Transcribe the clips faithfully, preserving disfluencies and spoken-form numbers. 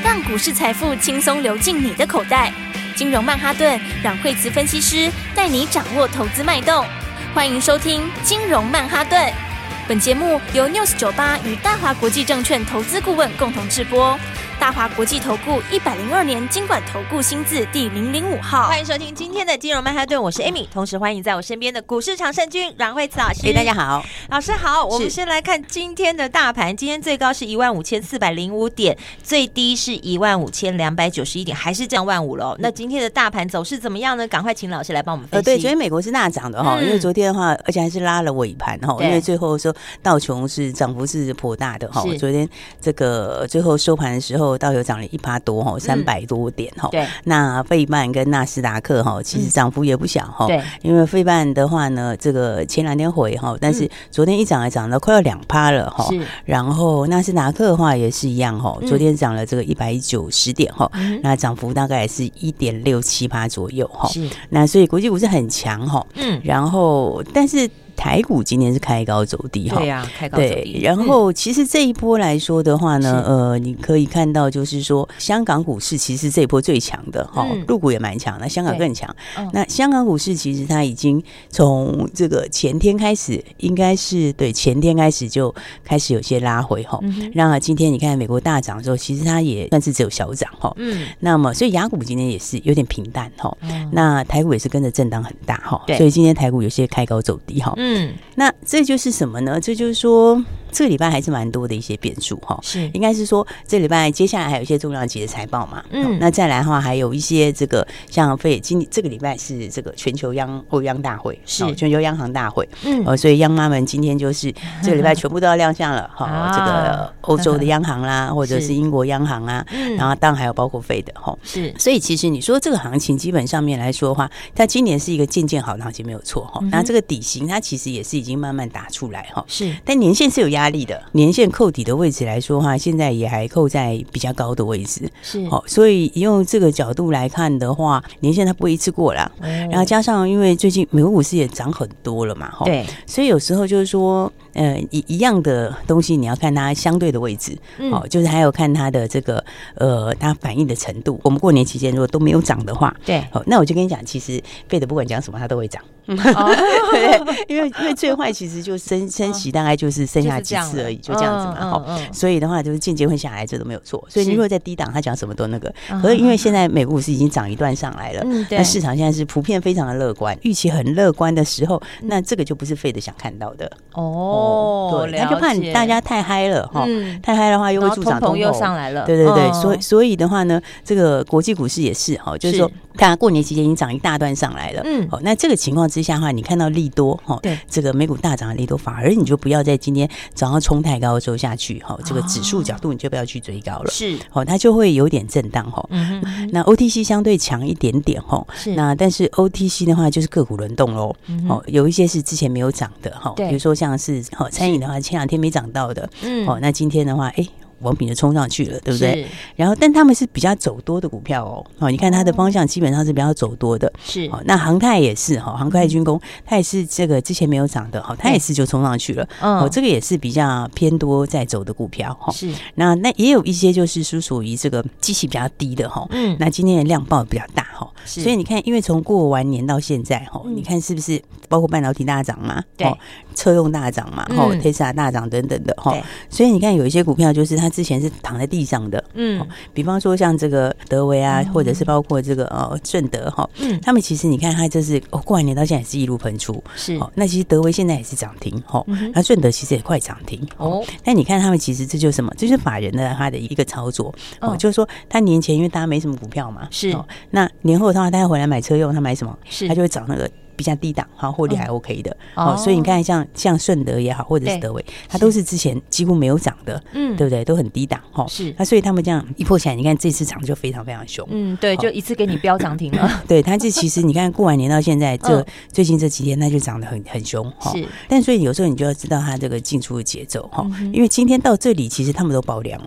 让股市财富轻松流进你的口袋。金融曼哈顿让惠慈分析师带你掌握投资脉动。欢迎收听金融曼哈顿。本节目由 News 九十八与大华国际证券投资顾问共同制播。大华国际投顾一百零二年金管投顾新字第零零五号。 欢迎收听今天的金融曼哈顿，我是 Amy， 同时欢迎在我身边的股市常胜军阮惠慈老师。 哎，大家好， 老师好。我们先来看今天的大盘，今天最高是一万五千四百零五点，最低是一万五千两百九十一点，还是降万五了。那今天的大盘走势怎么样呢？赶快请老师来帮我们分析。 呃，对，昨天美国是大涨的哈、嗯，因为昨天的话，而且还是拉了尾盘哈，因为最后说道琼是涨幅是颇大的哈。昨天这个最后收盘的时候，道琼涨了一趴多哈，三百多点哈、嗯。对，那费半跟纳斯达克哈，其实涨幅也不小哈、嗯。对，因为费半的话呢，这个前两天回哈，但是昨天一涨还涨到快要两趴了哈。是，然后纳斯达克的话也是一样哈，昨天涨了这个一百九十点哈、嗯，那涨幅大概是一点六七趴左右哈。是，那所以国际股市很强哈。嗯，然后但是台股今天是开高走低哈， 对呀、啊，开高走低。 对，然后其实这一波来说的话呢，呃，你可以看到就是说，香港股市其实这一波最强的哈，陆、嗯、股也蛮强的，香港更强、嗯。那香港股市其实它已经从这个前天开始，应该是对前天开始就开始有些拉回哈。嗯、那今天你看美国大涨之后，其实它也算是只有小涨哈。嗯。那么所以亚股今天也是有点平淡哈、嗯。那台股也是跟着震荡很大哈。所以今天台股有些开高走低哈。嗯。嗯，那这就是什么呢？这就是说，这个礼拜还是蛮多的一些变数哈。是，应该是说这礼拜接下来还有一些重量级的财报嘛。嗯，那再来的话，还有一些这个像费今这个礼拜是这个全球央欧央大会，是、哦、全球央行大会。嗯，呃，所以央妈们今天就是这个礼拜全部都要亮相了哈、哦。这个欧洲的央行啦，或者是英国央行啊，然后当然还有包括费的哈。是，所以其实你说这个行情基本上面来说的话，它今年是一个渐渐好的行情没有错哈。那、嗯、这个底型它其实也是已经慢慢打出来哈，是，但年线是有压力的，年线扣底的位置来说的话，现在也还扣在比较高的位置，是，好，所以用这个角度来看的话，年线它不会一次过啦、哦，然后加上因为最近美国股市也涨很多了嘛，对，所以有时候就是说，呃，一一样的东西你要看它相对的位置，好、嗯，就是还有看它的这个呃它反应的程度。我们过年期间如果都没有涨的话，对，好，那我就跟你讲，其实费的不管讲什么它都会涨。哦、对，因为因为最坏其实就升升息大概就是剩下几次而已，就这样子嘛哈、嗯嗯嗯。所以的话就是渐渐会下来，这都没有错。所以你如果在低档，他讲什么都那个。可是因为现在美国股市已经涨一段上来了，嗯、那市场现在是普遍非常的乐观，预期很乐观的时候，那这个就不是费的想看到的哦。对，他就怕你大家太嗨了哈、嗯，太嗨的话又会助长通膨又上来了。 对对对，嗯、所以所以的话呢，这个国际股市也是哈，就是说，看过年期间已经涨一大段上来了，嗯，好，那这个情况之下的话，你看到利多哈，对，这个美股大涨的利多，反而你就不要在今天早上冲太高的时候下去哈，这个指数角度你就不要去追高了，是，好，它就会有点震荡哈。嗯哼，那 O T C 相对强一点点哈，是，那但是 O T C 的话就是个股轮动喽，哦，有一些是之前没有涨的哈，比如说像是好餐饮的话，前两天没涨到的，嗯，哦，那今天的话，哎。王品就冲上去了，对不对？然后，但他们是比较走多的股票哦。哦，你看它的方向基本上是比较走多的。是。哦，那航太也是哈，航太军工它也是这个之前没有涨的哈，它也是就冲上去了。哦，这个也是比较偏多在走的股票哈。是。那那也有一些就是是属于这个基期比较低的哈。嗯。那今天的量爆比较大哈。是。所以你看，因为从过完年到现在哈，你看是不是包括半导体大涨嘛？对。车用大涨嘛？哦 ，Tesla 大涨等等的哈。所以你看有一些股票就是它之前是躺在地上的，嗯，比方说像这个德微啊，嗯、或者是包括这个呃顺德哈，嗯，他们其实你看它这是哦过完年到现在也是一路喷出，是，哦，那其实德微现在也是涨停哈，嗯、那顺德其实也快涨停哦，但你看他们其实这就是什么？这就是法人的他的一个操作哦，就是说他年前因为大家没什么股票嘛，是，哦，那年后的话他要回来买车用，他买什么？是，他就会找那个。比较低档哈，获利还 OK 的、嗯、哦，所以你看像像顺德也好，或者是德微，它都是之前几乎没有涨的，嗯，对不对？都很低档哈，是。那所以他们这样一破起来，你看这次涨就非常非常凶， 嗯，对，就一次给你飙涨停了。 对，它这其实你看过完年到现在，这、嗯、最近这几天它就涨得很很凶哈。是。但所以有时候你就要知道它这个进出的节奏哈、嗯，因为今天到这里其实他们都爆量哦。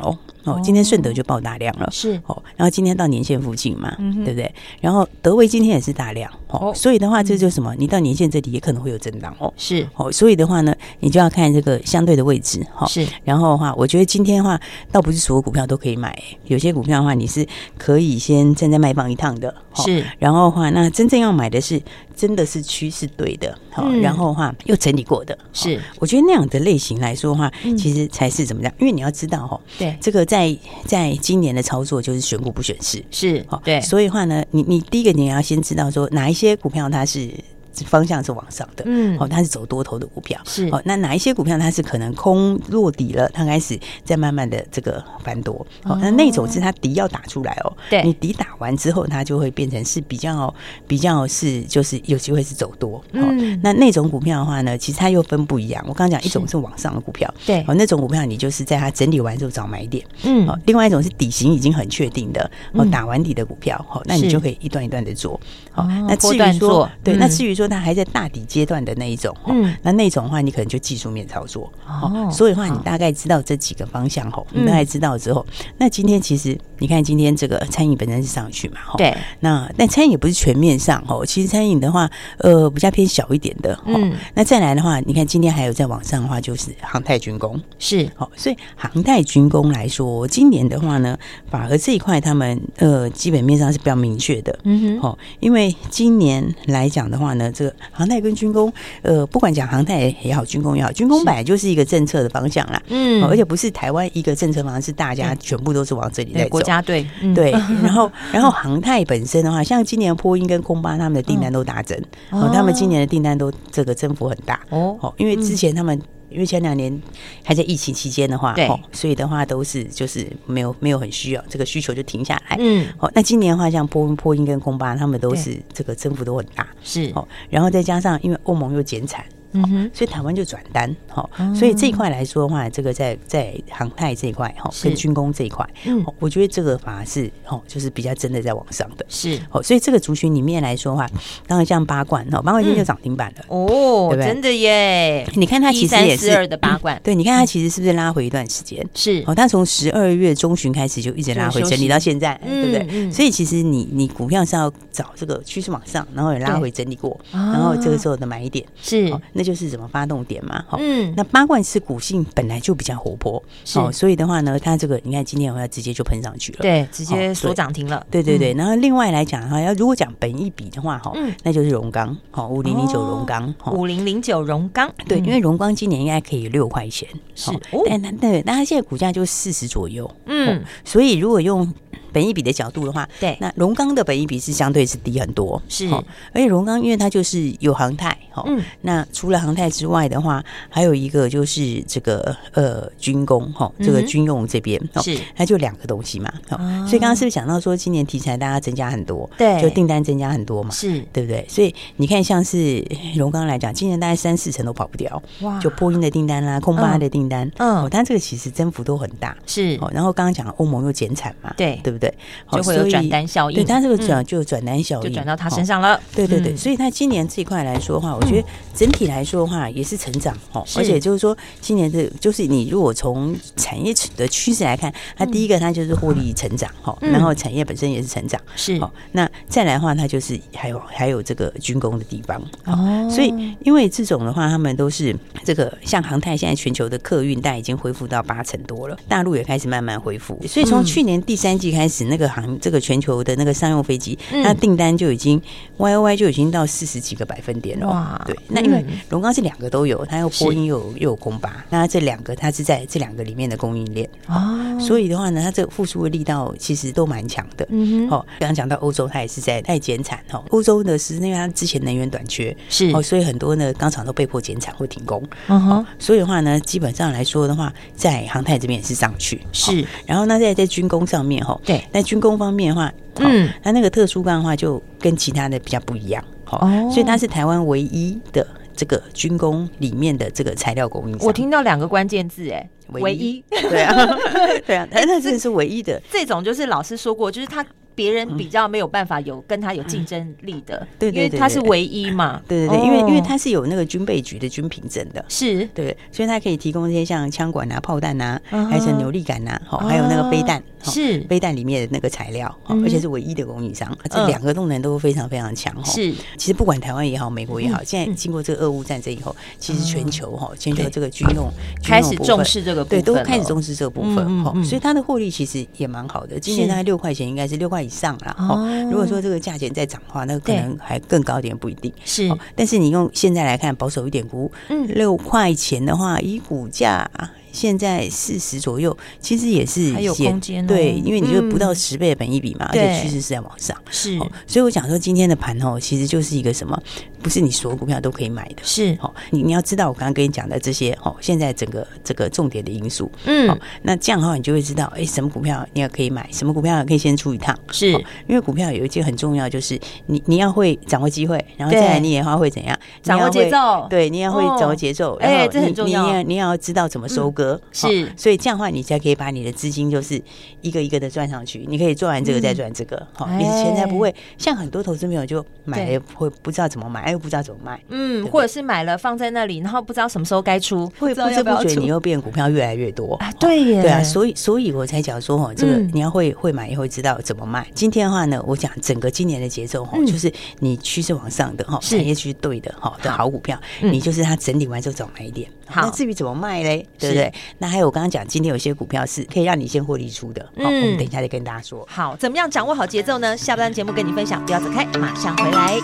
哦，今天顺德就爆大量了， 是哦，然后今天到年线附近嘛，嗯、对不对？然后德微今天也是大量，哦，哦所以的话这就是什么？你到年线这里也可能会有震荡哦， 是哦，所以的话呢，你就要看这个相对的位置，哈、哦， 是。 然后的话，我觉得今天的话，倒不是所有股票都可以买，有些股票的话，你是可以先站在卖方一趟的，哦、 是。 然后的话，那真正要买的是真的是趋势对的，好、哦嗯，然后的话又整理过的， 是。 哦、我觉得那样的类型来说的话，嗯、其实才是怎么样？因为你要知道哈、哦， 对， 这个在在今年的操作就是选股不选市， 是， 好、哦， 对， 所以的话呢，你你第一个你要先知道说哪一些股票它是。方向是往上的，嗯，哦，它是走多头的股票， 是哦。那哪一些股票它是可能空落底了，它开始在慢慢的这个翻多，哦，那那种是它底要打出来哦， 对， 你底打完之后，它就会变成是比较比较是就是有机会是走多，哦，嗯，那那种股票的话呢，其实它又分不一样。我刚刚讲一种是往上的股票， 对， 哦，那种股票你就是在它整理完之后找买点，嗯，哦，另外一种是底型已经很确定的，哦，打完底的股票，哦，那你就可以一段一段的做，哦，那至于说对，那至于说它还在大底阶段的那一种，嗯，那那种的话，你可能就技术面操作，哦，所以的话，你大概知道这几个方向后，你大概知道之后，那今天其实你看今天这个餐饮本身是上去嘛， 对， 那但餐饮也不是全面上哦，其实餐饮的话，呃，比较偏小一点的，嗯，那再来的话，你看今天还有在往上的话，就是航太军工是， 好，所以航太军工来说，今年的话呢，反而这一块他们呃基本面上是比较明确的，嗯哼，好，因为今年来讲的话呢，这个航太跟军工，呃，不管讲航太也好，军工也好，军工本来就是一个政策的方向啦，嗯，而且不是台湾一个政策方向，是大家全部都是往这里在走， 国家队， 嗯、对，然后然后航太本身的话，像今年波音跟空巴他们的订单都大增，哦，哦他们今年的订单都这个增幅很大，哦，哦因为之前他们。嗯因为前两年还在疫情期间的话， 对， 所以的话都是就是没有没有很需要这个需求就停下来，嗯，好，那今年的话，像波音、波音跟空巴，他们都是这个增幅都很大， 是， 哦，然后再加上因为欧盟又减产。嗯哼，所以台湾就转单，好，所以这一块来说的话，这个在在航太这一块哈，跟军工这一块，嗯，我觉得这个反而是哦，就是比较真的在往上的， 是， 哦，所以这个族群里面来说的话，当然像八冠哦，八冠今天就涨停板了， 哦，对不对？真的耶！ 你看它其实也是一三四二的八冠， 对，你看它其实是不是拉回一段时间？ 是， 哦，它从十二月中旬开始就一直拉回，整理到现在，对不对？所以其实你你股票是要找这个趋势往上，然后也拉回整理过，然后这个时候的买一点， 是， 那就是怎么发动点嘛，好，嗯，那八冠是股性本来就比较活泼，哦，所以的话呢，它这个你看今天的话直接就喷上去了， 对，直接锁涨停了， 对对对。然后另外来讲的话，要如果讲本益比的话，哈，那就是荣钢，好，五零零九荣钢， 五零零九荣钢， 对，因为荣钢今年应该可以六块钱， 是， 但它对，但它现在股价就四十左右，嗯，所以如果用本益比的角度的话， 对， 那荣钢的本益比是相对是低很多， 是， 而且荣钢因为它就是有航太，哈，嗯，那除了航太之外的话，还有一个就是这个呃军工，哈，这个军用这边是， 它就两个东西嘛，哦，所以刚刚是不是讲到说今年题材大家增加很多， 对， 就订单增加很多嘛， 是， 对不对？所以你看像是荣钢来讲，今年大概三四成都跑不掉，哇，就波音的订单啦，空巴的订单，嗯，哦，但这个其实增幅都很大， 是， 哦，然后刚刚讲欧盟又减产嘛， 对， 对不对？ 就会有转单效应， 对，它这个转就转单效应， 就转到它身上了。 对对对，所以它今年这一块来说的话，我觉得整体来说的话也是成长哦，而且就是说今年的，就是你如果从产业的趋势来看，它第一个它就是获利成长哈，然后产业本身也是成长， 是哦。 那再来的话，它就是还有还有这个军工的地方哦，所以因为这种的话，他们都是这个像航太，现在全球的客运大概已经恢复到八成多了，大陆也开始慢慢恢复，所以从去年第三季开始，那个航这个全球的那个商用飞机，它订单就已经 Y O Y 就已经到四十几个百分点了。哇，对，那因为荣钢是两个都有，它有波音又有又有空巴，那这两个它是在这两个里面的供应链哦，所以的话呢，它这个复苏的力道其实都蛮强的。嗯哼，哦，刚刚讲到欧洲，它也是在在减产哈，欧洲的是因为它之前能源短缺是哦，所以很多呢钢厂都被迫减产或停工。嗯哼，所以的话呢，基本上来说的话，在航太这边也是上去是，然后那在在军工上面哈，对，在军工方面的话。嗯，它那个特殊钢的话，就跟其他的比较不一样，哦，所以它是台湾唯一的这个军工里面的这个材料供应商。 我听到两个关键字，哎，唯一， 对啊，对啊，它那真的是唯一的。 这种就是老师说过，就是它别人比较没有办法有跟他有竞争力的，嗯、 对, 对, 对, 对， 因为他是唯一嘛， 对对对，哦、因为因为他是有那个军备局的军凭证的， 是对，所以他可以提供这些像枪管啊、炮弹啊，嗯、还有扭力杆啊，好、哦，还有那个飞弹， 是飞弹里面的那个材料，嗯、而且是唯一的供应商，嗯、这两个动能都非常非常强， 是。 其实不管台湾也好，美国也好，嗯、现在经过这个俄乌战争以后，其实全球哈，全球这个军用开始重视这个部分， 对，都开始重视这个部分，嗯嗯、所以它的获利其实也蛮好的。今年大概六块钱，应该是六块以上啦。哦，如果说这个价钱再涨的话，那可能还更高一点，不一定是。 但是你用现在来看，保守一点估，嗯，六块钱的话，以股价现在四十左右，其实也是还有空间、哦。 对，因为你就不到十倍的本益比嘛，嗯、而且趋势是在往上。 是、 哦，所以我想说，今天的盘哦，其实就是一个什么？不是你所有股票都可以买的。 是， 哦，你你要知道我刚刚跟你讲的这些哦，现在整个这个重点的因素。 嗯， 哦，那这样的话，你就会知道，哎，什么股票你也可以买，什么股票可以先出一趟。 是， 哦、因为股票有一件很重要，就是你你要会掌握机会，然后再来你也要会怎样掌握节奏。 对，你要会掌握节奏。 哎、哦，这很重要。 你也你也要知道怎么收割。 嗯、是。 哦，所以这样的话，你才可以把你的资金就是一个一个的赚上去。你可以做完这个再赚这个，好、嗯，你的钱才不会像很多投资朋友就买了会不知道怎么买，又不知道怎么卖， 嗯，或者是买了放在那里，然后不知道什么时候该出， 会不知不觉你又变股票越来越多啊，对耶， 对啊，所以所以我才讲说哦，这个你要会会买，也会知道怎么卖。今天的话呢，我讲整个今年的节奏哈，就是你趋势往上的哈，产业趋势对的哈的好股票，你就是它整理完之后找买一点。好，那至于怎么卖嘞，对不对？那还有我刚刚讲，今天有些股票是可以让你先获利出的，好，我们等一下再跟大家说。 好，怎么样掌握好节奏呢？下半段节目跟你分享，不要走开，马上回来。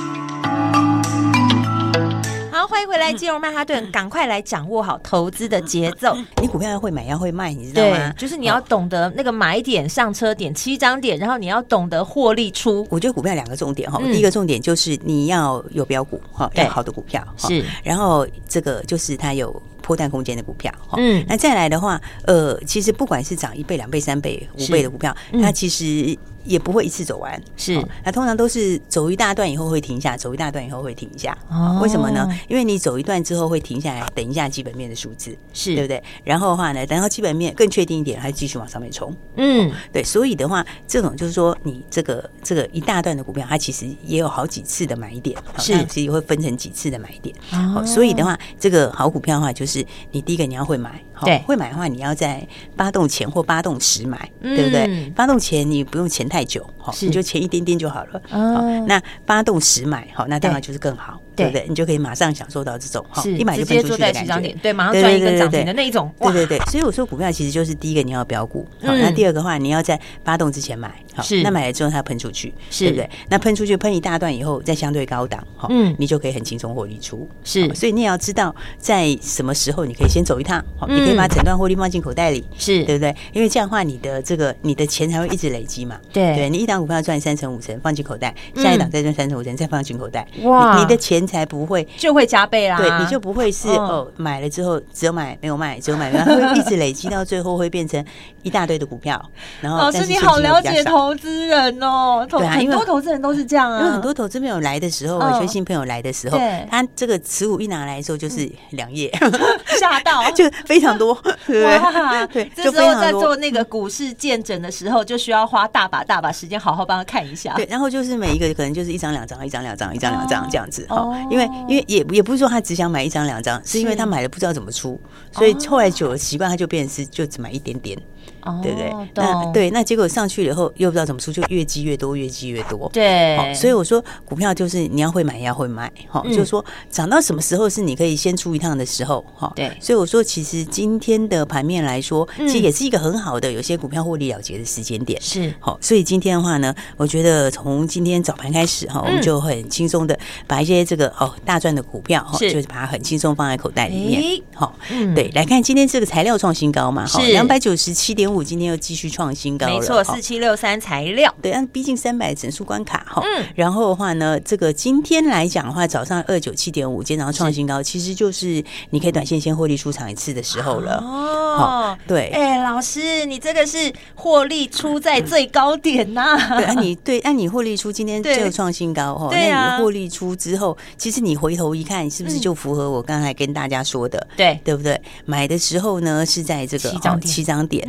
好，欢迎回来，金融曼哈顿，赶快来掌握好投资的节奏。 你股票要会买，要会卖，你知道吗？ 对，就是你要懂得那个买点、上车点、起涨点，然后你要懂得获利出。 我觉得股票两个重点哈，嗯、第一个重点就是你要有标股哈，要好的股票是， 然后这个就是它有波段空间的股票，嗯，那再来的话，呃，其实不管是涨一倍、两倍、三倍、五倍的股票，嗯、它其实也不会一次走完， 是， 哦、它通常都是走一大段以后会停下，走一大段以后会停下，哦，为什么呢？因为你走一段之后会停下来，等一下基本面的数字， 是对不对？然后的话呢，等到基本面更确定一点，还继续往上面冲， 嗯， 哦，对，所以的话，这种就是说，你这个这个一大段的股票，它其实也有好几次的买点， 是， 它其实会分成几次的买点，哦，所以的话，这个好股票的话，就是你第一个你要会买， 对， 会买的话，你要在发动前或发动时买，嗯、对不对？发动前你不用前太久，你就前一点点就好了。哦，那发动时买，好，那当然就是更好， 对, 对不对？你就可以马上享受到这种一买就分出去的感觉， 对，马上赚一根涨停的那一种。 对对对，所以我说股票其实就是第一个你要标股，好，嗯、那第二个话你要在发动之前买，好， 是， 那买了之后它喷出去， 是， 对不对？那喷出去喷一大段以后，再相对高档，好，嗯，你就可以很轻松获利出， 是。 所以你也要知道在什么时候你可以先走一趟，好，你可以把整段获利放进口袋里， 是， 对不对？因为这样的话，你的这个你的钱才会一直累积嘛， 对， 对，你一档股票赚三成五成放进口袋，下一档再赚三成五成再放进口袋，哇，你的钱才不会就会加倍啦， 对，你就不会是哦买了之后只有买没有卖，只有买没有卖，会一直累积到最后会变成一大堆的股票。然后老师你好了解投资人哦，对啊，很多投资人都是这样啊， 因为很多投资朋友来的时候，有些新朋友来的时候，他这个持股一拿来的时候就是两页， 吓到就非常多， 哇，对，这时候在做那个股市见诊的时候，就需要花大把大把时间好好帮他看一下。 对，然后就是每一个可能就是一张两张，一张两张，一张两张这样子哈，因为因为也也不是说他只想买一张两张，是因为他买了不知道怎么出，所以后来久了习惯，他就变成是就只买一点点。哦，对不对？那对，那结果上去了以后又不知道怎么出，就越积越多，越积越多。 对， 哦，所以我说股票就是你要会买，也要会卖。哈，嗯，就是说涨到什么时候是你可以先出一趟的时候。哈， 对。 所以我说，其实今天的盘面来说，嗯，其实也是一个很好的有些股票获利了结的时间点。 是， 好，所以今天的话呢，我觉得从今天早盘开始哈，我们就很轻松的把一些这个哦大赚的股票哈，就是把它很轻松放在口袋里面。好，嗯，对，来看今天这个材料创新高嘛， 是两百九十七点五，今天又继续创新高了， 没错，四七六三材料， 对，但逼近三百整数关卡哈。嗯，然后的话呢，这个今天来讲的话，早上二九七点五，今天早上创新高，其实就是你可以短线先获利出场一次的时候了。 哦， 对， 哎，欸，老师，你这个是获利出在最高点呐，啊？ 对，按，啊，你对，按，啊，你获利出今天这个创新高哈，那你获利出之后，其实你回头一看，是不是就符合我刚才跟大家说的？ 对， 对不对？买的时候呢是在这个七张点，七张点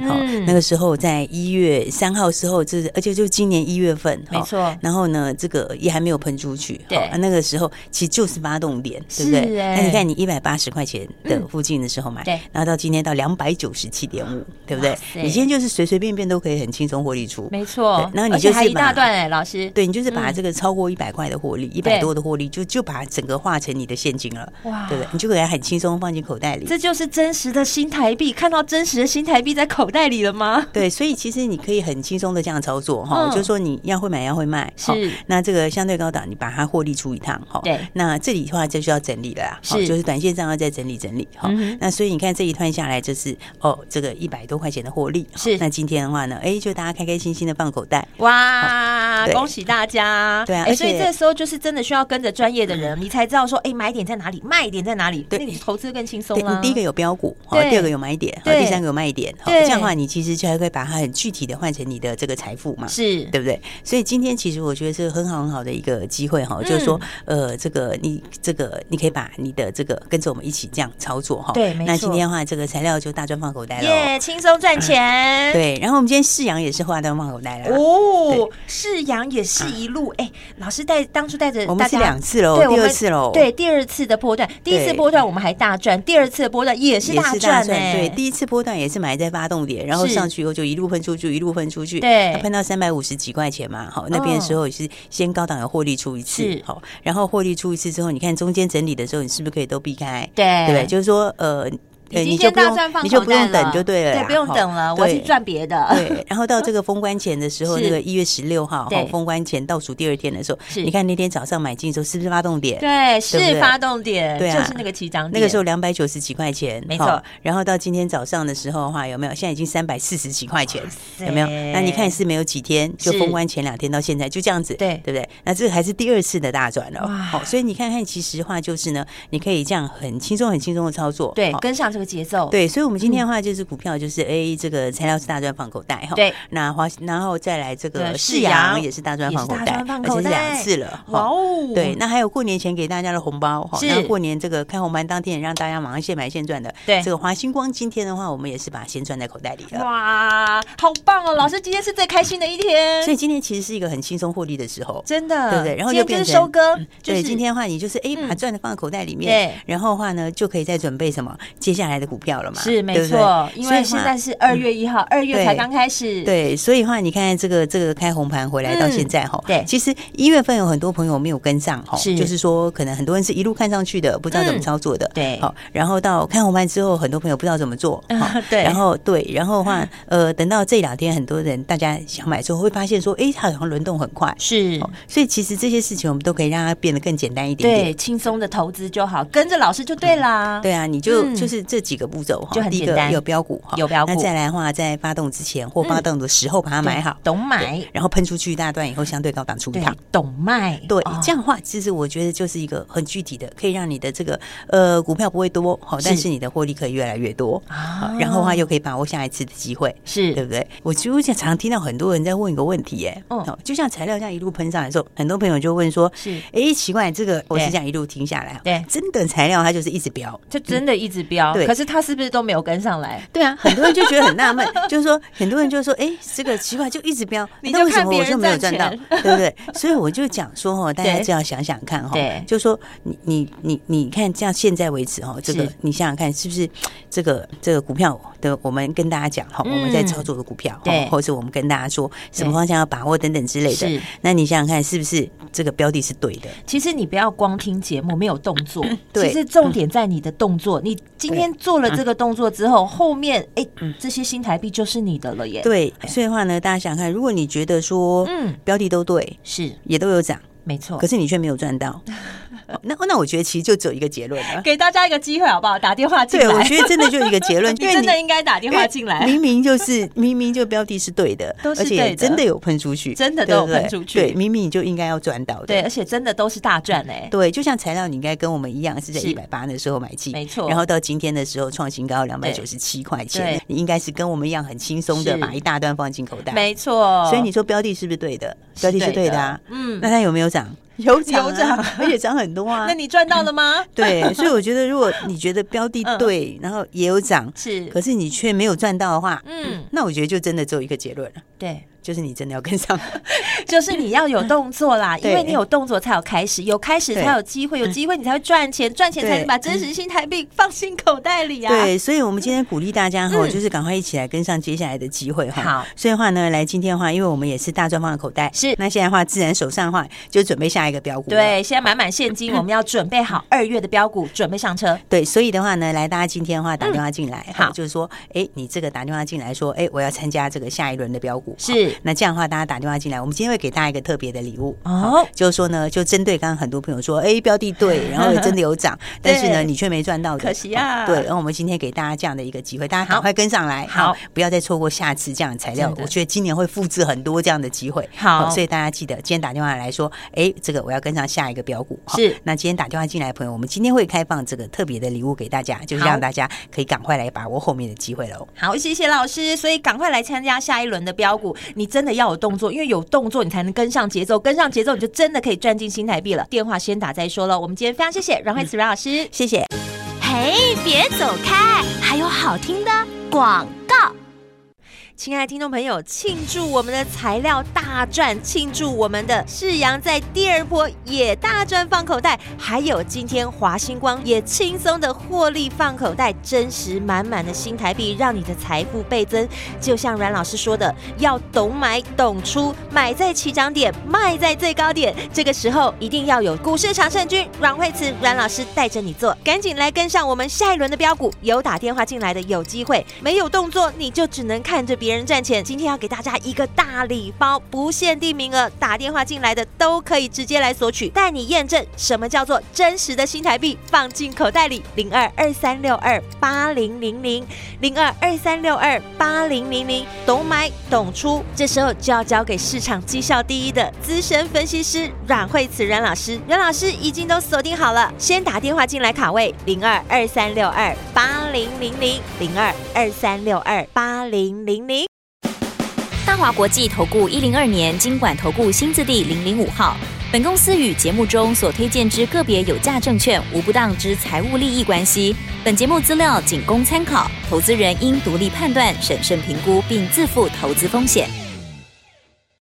好、嗯，那个时候在一月三号时候，就是而且就今年一月份， 没错。 然后呢，这个也还没有喷出去， 对、 啊，那个时候其实就是发动点，对不对？那你看你一百八十块钱的附近的时候买，对、嗯，然后到今天到两百九十七点五，对不对？你今天就是随随便便都可以很轻松获利出， 没错。 然后你就是还一大段哎、欸，老师， 对你就是把这个超过一百块的获利，一、嗯、百多的获利，就就把整个化成你的现金了，哇，对不对？你就可以很轻松放进口袋里， 这就是真实的新台币，看到真实的新台币在口袋里了吗？ 对，所以其实你可以很轻松的这样操作哈、嗯，就是说你要会买要会卖， 是。 那这个相对高档，你把它获利出一趟哈，对。那这里的话就需要整理了啦，是，就是短线上要再整理整理哈、嗯。那所以你看这一段下来就是哦，这个一百多块钱的获利，是。那今天的话呢，哎，就大家开开心心的放口袋， 哇，恭喜大家！ 对啊， 哎，所以这时候就是真的需要跟着专业的人，嗯、你才知道说，哎，买点在哪里，卖点在哪里，对你投资更轻松了。 你第一个有标股，好，第二个有买点，好，第三个有卖点，好，这样的话你其实就还会把它很具体的换成你的这个财富嘛， 是对不对？所以今天其实我觉得是很好很好的一个机会哈、嗯，就是说，呃，这个你这个你可以把你的这个跟着我们一起这样操作哈， 对，没错。 那今天的话，这个材料就大赚放口袋了， 耶，轻松赚钱、嗯。 对，然后我们今天世阳也是大赚放口袋了哦，世阳也是一路哎、啊，老师带当初带着我们是两次喽，第二次喽， 对，第二次的波段，第一次波段我们还大赚，第二次的波段也是大赚哎、 欸，对，第一次波段也是买在发动点，然后上去以后就一路喷出去，一路喷出去， 对， 喷到三百五十几块钱嘛，好，那边的时候也是先高档有获利出一次，好，然后获利出一次之后，你看中间整理的时候，你是不是可以都避开？ 对， 对不对？就是说，呃。 对，你就不用你就不用等就对了， 对，不用等了，我去赚别的。 对，然后到这个封关前的时候，那个一月十六号，哈，封关前倒数第二天的时候，你看那天早上买进的时候，是不是发动点？ 对，是发动点， 对啊， 就是那个起涨点。 那个时候两百九十几块钱， 没错。 然后到今天早上的时候的话，有没有？现在已经三百四十几块钱，有没有？那你看是没有几天，就封关前两天到现在就这样子，对，对不对？那这还是第二次的大赚了，好，所以你看看，其实话就是呢，你可以这样很轻松、很轻松的操作， 对，跟上这个节奏， 对。所以，我们今天的话就是股票，就是哎，这个材料是大赚放口袋哈。对，那华，然后再来这个世阳也是大赚放口袋，而且是两次了。哇哦！对，那还有过年前给大家的红包哈，那过年这个开红盘当天让大家马上现买现赚的。对，这个华星光今天的话，我们也是把它先赚在口袋里了。 哇，好棒哦！老师今天是最开心的一天， 所以今天其实是一个很轻松获利的时候， 真的， 对不对？然后就变成收割， 对，今天的话你就是哎，把它赚的放在口袋里面，然后的话呢，就可以再准备什么接下来的股票了嘛？ 是没错，因为现在是二月一号，二月才刚开始。 对，所以的话，你看这个这个开红盘回来到现在哈，对，其实一月份有很多朋友没有跟上哈，就是说可能很多人是一路看上去的，不知道怎么操作的，对，好，然后到开红盘之后，很多朋友不知道怎么做，对，然后对，然后的话，呃，等到这两天很多人大家想买之后，会发现说，哎，它好像轮动很快，是，所以其实这些事情我们都可以让它变得更简单一点点， 对，轻松的投资就好，跟着老师就对啦， 对啊，你就就是这几个步骤哈， 就很简单， 有标股哈， 有标股， 那再来的话，在发动之前或发动的时候把它买好， 懂买， 然后喷出去一大段以后，相对高档出一趟， 懂卖， 对，这样的话，其实我觉得就是一个很具体的，可以让你的这个呃股票不会多好，但是你的获利可以越来越多啊，然后的话又可以把握下一次的机会，是对不对？我就常听到很多人在问一个问题，耶，哦，就像材料这样一路喷上来的时候，很多朋友就问说，是，哎，奇怪，这个我是这样一路停下来，对，真的材料它就是一直飙， 就真的一直飙，对，可是它是不是都没有跟上来？ 对啊，很多人就觉得很纳闷，就是说很多人就说，哎，这个奇怪就一直飙，那为什么我就没有赚到，对不对？所以我就讲说哈，大家就要想想看哈，就说你你你你看，这样现在为止哈，这个你想想看，是不是这个这个股票的，我们跟大家讲哈，我们在操作的股票，对，或者是我们跟大家说什么方向要把握等等之类的，那你想想看，是不是这个标的是对的？ 其实你不要光听节目没有动作，其实重点在你的动作。你今天做了这个动作之后，后面哎，这些新台币就是你的了耶。 对，所以的话呢，大家想看，如果你觉得说，嗯，标的都对， 是也都有涨。 没错， 可是你却没有赚到，那那我觉得其实就只有一个结论了， 给大家一个机会好不好？打电话进来。 对，我觉得真的就一个结论， 你真的应该打电话进来。 明明就是明明就标的是对的， 都是对的， 而且真的有喷出去， 真的都有喷出去。 对，明明你就应该要赚到的， 对，而且真的都是大赚哎。 对，就像材料，你应该跟我们一样是在一百八的时候买进，没错。然后到今天的时候创新高两百九十七块钱，你应该是跟我们一样很轻松的把一大段放进口袋， 没错。 所以你说标的是不是对的？标的是对的啊，嗯，那它有没有涨？ 有涨、啊， 有涨， 而且涨很多啊。 那你赚到了吗？ 对，所以我觉得，如果你觉得标的对，嗯、然后也有涨， 是， 可是你却没有赚到的话， 嗯， 那我觉得就真的只有一个结论了， 对。 就是你真的要跟上， 就是你要有动作啦，因为你有动作才有开始，有开始才有机会，有机会你才会赚钱，赚钱才能把真实新台币放进口袋里啊。 对，所以我们今天鼓励大家哈、嗯，就是赶快一起来跟上接下来的机会哈。 好， 所以的话呢，来今天的话，因为我们也是大赚放的口袋， 是那现在的话，自然手上的话就准备下一个标股。 对，现在满满现金，我们要准备好二月的标股，准备上车。 对，所以的话呢，来大家今天的话打电话进来， 嗯、好， 就是说，哎，你这个打电话进来说，哎，我要参加这个下一轮的标股， 是， 那这样的话，大家打电话进来，我们今天会给大家一个特别的礼物哦， 就是说呢，就针对刚刚很多朋友说，哎，标的对，然后真的有涨，但是呢，你却没赚到的， 可惜啊。 对，然后我们今天给大家这样的一个机会，大家赶快跟上来， 好， 不要再错过下次这样的材料。我觉得今年会复制很多这样的机会， 好， 所以大家记得今天打电话来说，哎，这个我要跟上下一个标股。 是， 那今天打电话进来的朋友，我们今天会开放这个特别的礼物给大家，就是让大家可以赶快来把握后面的机会喽。 好，谢谢老师，所以赶快来参加下一轮的标股，你真的要有动作，因为有动作你才能跟上节奏，跟上节奏你就真的可以赚进新台币了。电话先打再说了。我们今天非常谢谢阮慧慈阮老师， 谢谢。 嘿，别走开，还有好听的广告。 亲爱的听众朋友，庆祝我们的材料大赚，庆祝我们的世阳在第二波也大赚放口袋，还有今天华星光也轻松的获利放口袋，真实满满的新台币，让你的财富倍增。就像阮老师说的，要懂买懂出，买在起涨点，卖在最高点。这个时候一定要有股市常胜军阮慧慈阮老师带着你做，赶紧来跟上我们下一轮的标股。有打电话进来的有机会，没有动作你就只能看着别人赚钱。今天要给大家一个大礼包，不限定名额，打电话进来的都可以直接来索取，带你验证什么叫做真实的新台币放进口袋里。零二二三六二八零零零零二二三六二八零零零，懂买懂出，这时候就要交给市场绩效第一的资深分析师阮慧慈阮老师。阮老师已经都锁定好了，先打电话进来卡位零二二三六二八零零零零二二三六二八零零零。 大华国际投顾一零二年金管投顾新字第零零五号。本公司与节目中所推荐之个别有价证券无不当之财务利益关系。本节目资料仅供参考，投资人应独立判断、审慎评估，并自负投资风险。